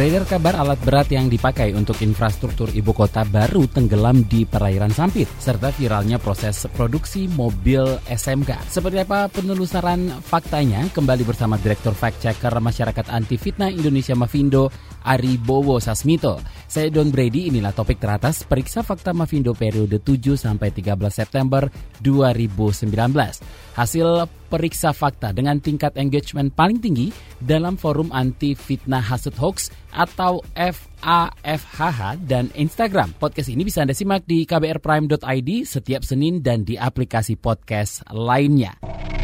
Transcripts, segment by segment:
Beredar kabar alat berat yang dipakai untuk infrastruktur ibu kota baru tenggelam di perairan Sampit, serta viralnya proses produksi mobil SMK. Seperti apa penelusuran faktanya? Kembali bersama Direktur Fact Checker Masyarakat Anti Fitnah Indonesia Mafindo, Aribowo Sasmito. Saya Don Brady, inilah topik teratas periksa fakta Mafindo periode 7 sampai 13 September 2019. Hasil periksa fakta dengan tingkat engagement paling tinggi dalam forum anti fitnah hasut hoax atau FAFHH dan Instagram. Podcast ini bisa Anda simak di kbrprime.id setiap Senin dan di aplikasi podcast lainnya.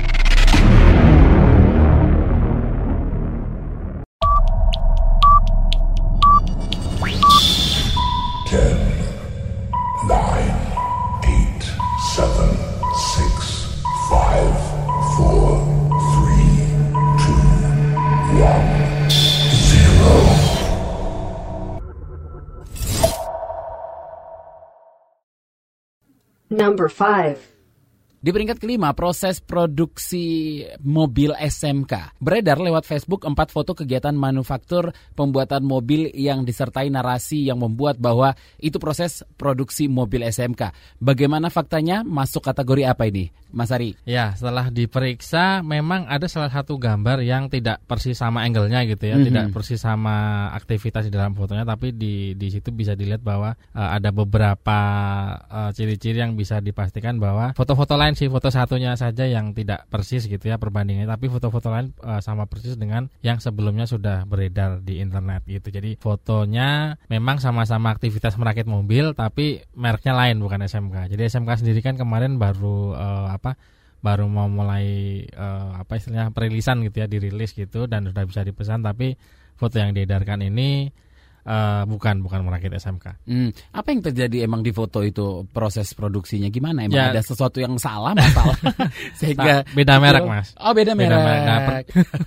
Number 5. Di peringkat kelima, proses produksi mobil SMK. Beredar lewat Facebook 4 foto kegiatan manufaktur pembuatan mobil yang disertai narasi yang membuat bahwa itu proses produksi mobil SMK. Bagaimana faktanya? Masuk kategori apa ini, Mas Ari? Ya, setelah diperiksa memang ada salah satu gambar yang tidak persis sama angle-nya gitu ya, tidak persis sama aktivitas di dalam fotonya, tapi di situ bisa dilihat bahwa ada beberapa ciri-ciri yang bisa dipastikan bahwa foto-foto lain sih, foto satunya saja yang tidak persis gitu ya perbandingannya, tapi foto-foto lain sama persis dengan yang sebelumnya sudah beredar di internet gitu. Jadi fotonya memang sama-sama aktivitas merakit mobil, tapi mereknya lain, bukan SMK. Jadi SMK sendiri kan kemarin baru baru mau mulai istilahnya perilisan gitu ya, dirilis gitu dan sudah bisa dipesan, tapi foto yang diedarkan ini bukan merakit SMK. Apa yang terjadi emang di foto itu, proses produksinya gimana? Emang ada sesuatu yang salah, masalah sehingga beda merek, Mas. Oh, beda merek.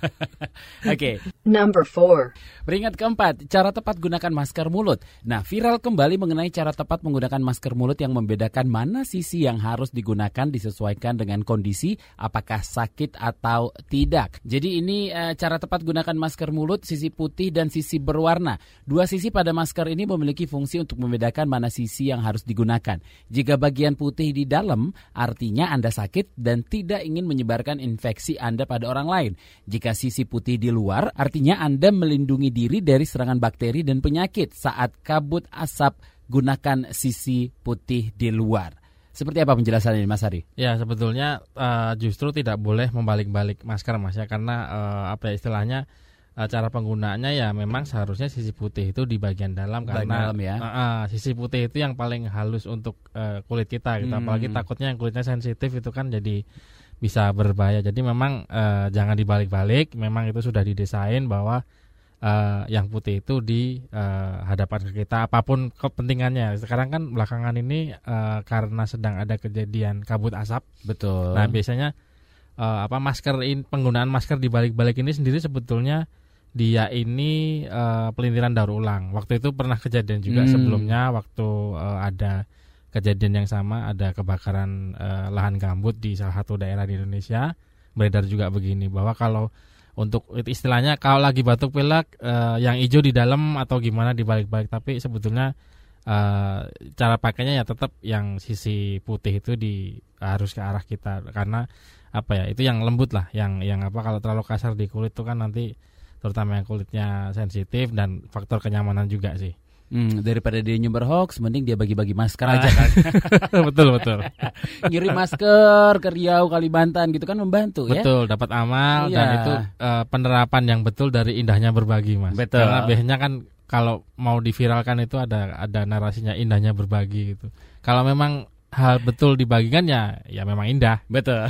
Oke. Number 4. Peringkat keempat, cara tepat gunakan masker mulut. Nah, viral kembali mengenai cara tepat menggunakan masker mulut yang membedakan mana sisi yang harus digunakan disesuaikan dengan kondisi, apakah sakit atau tidak. Jadi ini cara tepat gunakan masker mulut, sisi putih dan sisi berwarna. Dua sisi pada masker ini memiliki fungsi untuk membedakan mana sisi yang harus digunakan. Jika bagian putih di dalam, artinya Anda sakit dan tidak ingin menyebarkan infeksi Anda pada orang lain. Jika sisi putih di luar, artinya Anda melindungi diri dari serangan bakteri dan penyakit. Saat kabut asap, gunakan sisi putih di luar. Seperti apa penjelasannya, Mas Ari? Ya, sebetulnya justru tidak boleh membalik-balik masker, Mas ya, karena istilahnya cara penggunaannya ya memang seharusnya sisi putih itu di bagian dalam, karena dalam ya. Sisi putih itu yang paling halus untuk kulit kita gitu. Apalagi takutnya yang kulitnya sensitif itu kan jadi bisa berbahaya. Jadi memang jangan dibalik-balik. Memang itu sudah didesain bahwa yang putih itu di hadapan ke kita, apapun kepentingannya. Sekarang kan belakangan ini karena sedang ada kejadian kabut asap. Betul. Nah biasanya penggunaan masker dibalik-balik ini sendiri sebetulnya dia ini pelintiran daur ulang. Waktu itu pernah kejadian juga sebelumnya, waktu ada kejadian yang sama, ada kebakaran lahan gambut di salah satu daerah di Indonesia. Beredar juga begini, bahwa kalau untuk istilahnya kalau lagi batuk pilek yang hijau di dalam atau gimana dibalik-balik, tapi sebetulnya cara pakainya ya tetap yang sisi putih itu harus ke arah kita, karena itu yang lembut lah, yang kalau terlalu kasar di kulit itu kan nanti terutama yang kulitnya sensitif dan faktor kenyamanan juga sih. Daripada dia nyebar hoax, mending dia bagi-bagi masker aja kan. Betul. Ngirim masker ke Riau, Kalimantan gitu kan membantu ya. Betul, dapat amal dan itu penerapan yang betul dari indahnya berbagi, Mas. Betul. Karena biasanya kan kalau mau diviralkan itu ada narasinya indahnya berbagi gitu. Kalau memang hal betul dibagikan ya memang indah. Betul.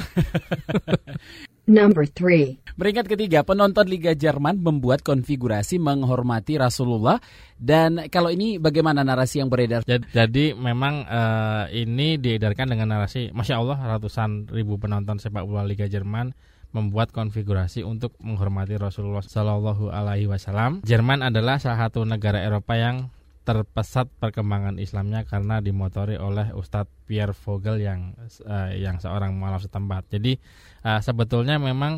Number 3. Peringkat ketiga, penonton Liga Jerman membuat konfigurasi menghormati Rasulullah. Dan kalau ini bagaimana narasi yang beredar? Jadi memang ini diedarkan dengan narasi, Masya Allah, ratusan ribu penonton sepak bola Liga Jerman membuat konfigurasi untuk menghormati Rasulullah Shallallahu Alaihi Wasallam. Jerman adalah salah satu negara Eropa yang terpesat perkembangan Islamnya karena dimotori oleh Ustadz Pierre Vogel yang seorang mualaf setempat. Jadi sebetulnya memang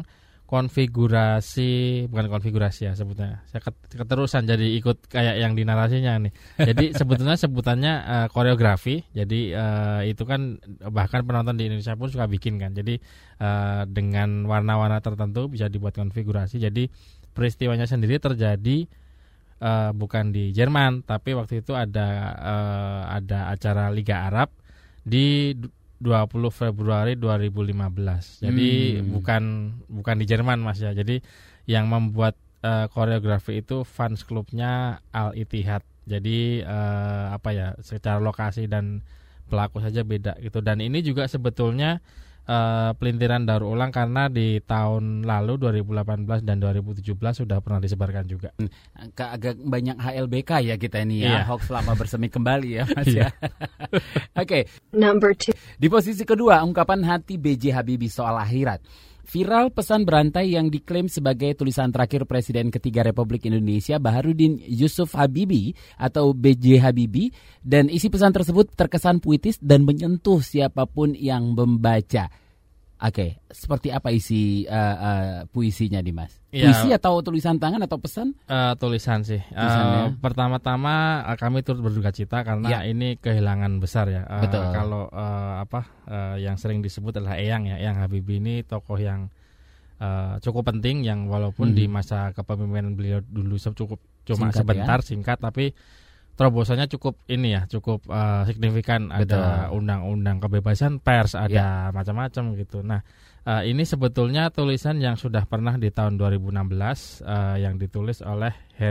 bukan konfigurasi ya sebutnya. Saya keterusan jadi ikut kayak yang di narasinya nih. Jadi sebetulnya sebutannya koreografi. Jadi itu kan bahkan penonton di Indonesia pun suka bikin kan. Jadi dengan warna-warna tertentu bisa dibuat konfigurasi. Jadi peristiwanya sendiri terjadi bukan di Jerman, tapi waktu itu ada acara Liga Arab di 20 Februari 2015. Jadi bukan di Jerman Mas ya. Jadi yang membuat koreografi itu fans klubnya Al Ittihad. Jadi secara lokasi dan pelaku saja beda gitu. Dan ini juga sebetulnya pelintiran daur ulang karena di tahun lalu 2018 dan 2017 sudah pernah disebarkan juga. Agak banyak HLBK ya kita ini ya. Iya. Hoax lama bersemi kembali ya Mas ya. Oke. Number 2. Di posisi kedua, ungkapan hati B.J. Habibie soal akhirat. Viral pesan berantai yang diklaim sebagai tulisan terakhir Presiden ketiga Republik Indonesia Baharudin Yusuf Habibie atau B.J. Habibie, dan isi pesan tersebut terkesan puitis dan menyentuh siapapun yang membaca. Oke, seperti apa isi puisinya Dimas? Puisi atau tulisan tangan atau pesan? Tulisan sih. Tulisannya. Pertama-tama kami turut berduka cita karena ini kehilangan besar ya. Betul. Kalau yang sering disebut adalah Eyang ya. Eyang Habibie ini tokoh yang cukup penting yang walaupun di masa kepemimpinan beliau dulu cuma sebentar singkat, tapi terobosannya cukup signifikan. Ada undang-undang kebebasan pers, ada macam-macam gitu. Nah, ini sebetulnya tulisan yang sudah pernah di tahun 2016 yang ditulis oleh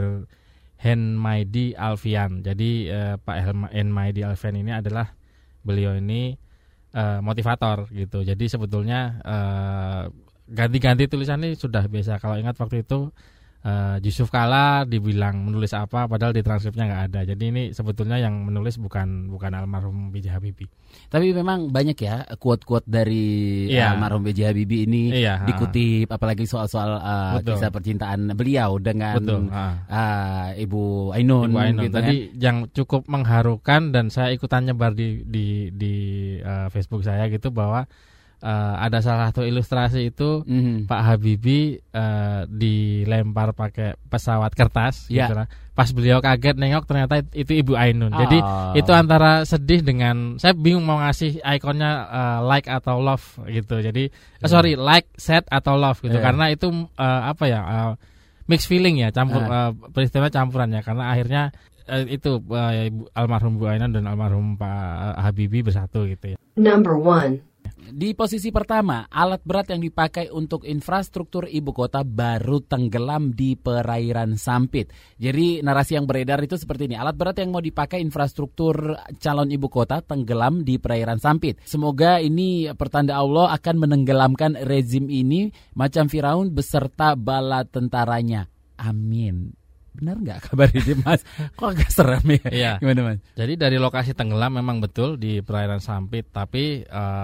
Henmaidi Alfian. Jadi Pak Henmaidi Alfian ini adalah beliau ini motivator gitu. Jadi sebetulnya ganti-ganti tulisan ini sudah biasa. Kalau ingat waktu itu Yusuf Kala dibilang menulis apa padahal di transkripnya nggak ada. Jadi ini sebetulnya yang menulis bukan almarhum B.J. Habibie. Tapi memang banyak ya quote-quote dari almarhum B.J. Habibie ini dikutip, apalagi soal-soal kisah percintaan beliau dengan Ibu Ainun. Gitu. Tadi yang cukup mengharukan dan saya ikutan nyebar di Facebook saya gitu bahwa ada salah satu ilustrasi itu Pak Habibie dilempar pakai pesawat kertas gitu lah. Pas beliau kaget nengok ternyata itu Ibu Ainun. Jadi itu antara sedih dengan saya bingung mau ngasih ikonnya like atau love gitu. Jadi like, sad atau love gitu. Karena itu mixed feeling ya, campur peristiwa campurannya karena akhirnya itu almarhum Bu Ainun dan almarhum Pak Habibie bersatu gitu ya. Number 1. Di posisi pertama, alat berat yang dipakai untuk infrastruktur ibu kota baru tenggelam di perairan Sampit. Jadi narasi yang beredar itu seperti ini. Alat berat yang mau dipakai infrastruktur calon ibu kota tenggelam di perairan Sampit. Semoga ini pertanda Allah akan menenggelamkan rezim ini macam Firaun beserta bala tentaranya. Amin. Benar nggak kabar ini Mas? Kok agak serem ya? Iya. Gimana Mas? Jadi dari lokasi tenggelam memang betul di perairan Sampit, tapi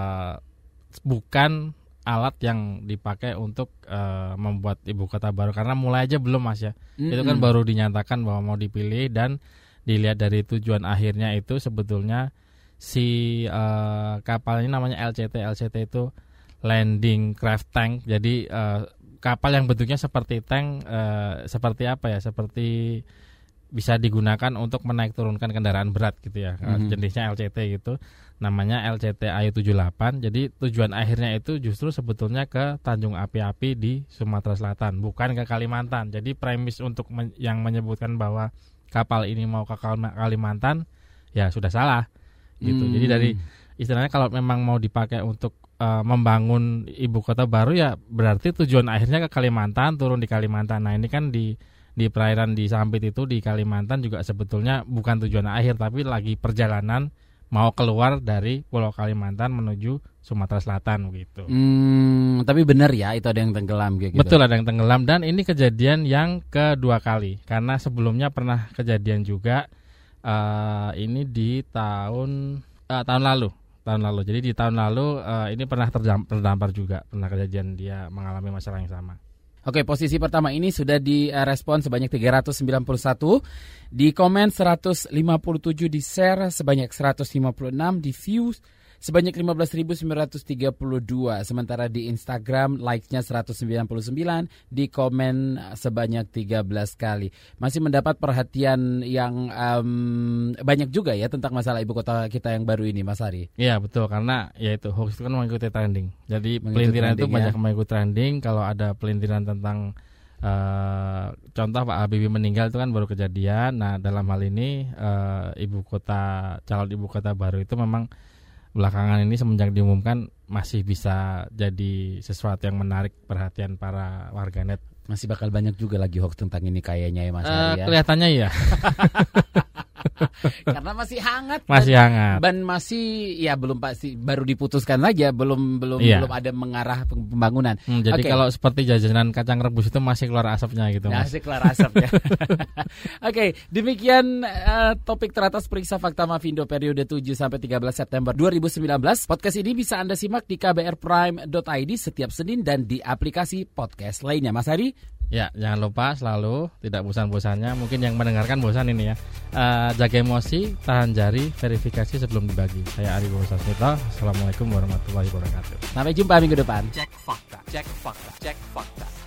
bukan alat yang dipakai untuk membuat ibu kota baru karena mulai aja belum Mas ya. Itu kan baru dinyatakan bahwa mau dipilih dan dilihat dari tujuan akhirnya itu sebetulnya si kapalnya namanya LCT. LCT itu Landing Craft Tank. Jadi kapal yang bentuknya seperti tank, seperti apa ya? Seperti bisa digunakan untuk menaik turunkan kendaraan berat gitu ya. Jenisnya LCT gitu. Namanya LCT AY78. Jadi tujuan akhirnya itu justru sebetulnya ke Tanjung Api-Api di Sumatera Selatan, bukan ke Kalimantan. Jadi premis untuk yang menyebutkan bahwa kapal ini mau ke Kalimantan ya sudah salah gitu. Jadi dari istilahnya kalau memang mau dipakai untuk membangun ibu kota baru ya berarti tujuan akhirnya ke Kalimantan, turun di Kalimantan. Nah ini kan di perairan di Sampit itu di Kalimantan juga sebetulnya bukan tujuan akhir tapi lagi perjalanan mau keluar dari Pulau Kalimantan menuju Sumatera Selatan gitu. Tapi benar ya itu ada yang tenggelam gitu. Betul, ada yang tenggelam dan ini kejadian yang kedua kali karena sebelumnya pernah kejadian juga ini di tahun lalu. Jadi di tahun lalu ini pernah terdampar juga, pernah kejadian dia mengalami masalah yang sama. Oke, posisi pertama ini sudah direspon sebanyak 391, di komen 157, di share sebanyak 156, di views sebanyak 15.932. Sementara di Instagram like-nya 199, di komen sebanyak 13 kali. Masih mendapat perhatian yang banyak juga ya tentang masalah ibu kota kita yang baru ini, Mas Ari. Iya betul, karena ya itu hoax itu kan mengikuti trending. Jadi pelintiran itu banyak mengikuti trending. Kalau ada pelintiran tentang contoh Pak Habibie meninggal itu kan baru kejadian. Nah dalam hal ini calon ibu kota baru itu memang belakangan ini semenjak diumumkan masih bisa jadi sesuatu yang menarik perhatian para warganet. Masih bakal banyak juga lagi hoax tentang ini kayaknya ya Mas Ari ya. Kelihatannya iya. Karena masih hangat. Dan masih ya belum pasti, baru diputuskan saja, belum ada mengarah pembangunan. Jadi kalau seperti jajanan kacang rebus itu masih keluar asapnya gitu, Mas. Masih keluar asapnya. Oke, demikian topik teratas Periksa Fakta Mavindo periode 7 sampai 13 September 2019. Podcast ini bisa Anda simak di kbrprime.id setiap Senin dan di aplikasi podcast lainnya. Mas Ari? Ya, jangan lupa selalu tidak bosan-bosannya. Mungkin yang mendengarkan bosan ini ya. Jaga emosi, tahan jari, verifikasi sebelum dibagi. Saya Ari Bosasmito. Assalamualaikum warahmatullahi wabarakatuh. Sampai jumpa minggu depan. Cek fakta, cek fakta, cek fakta.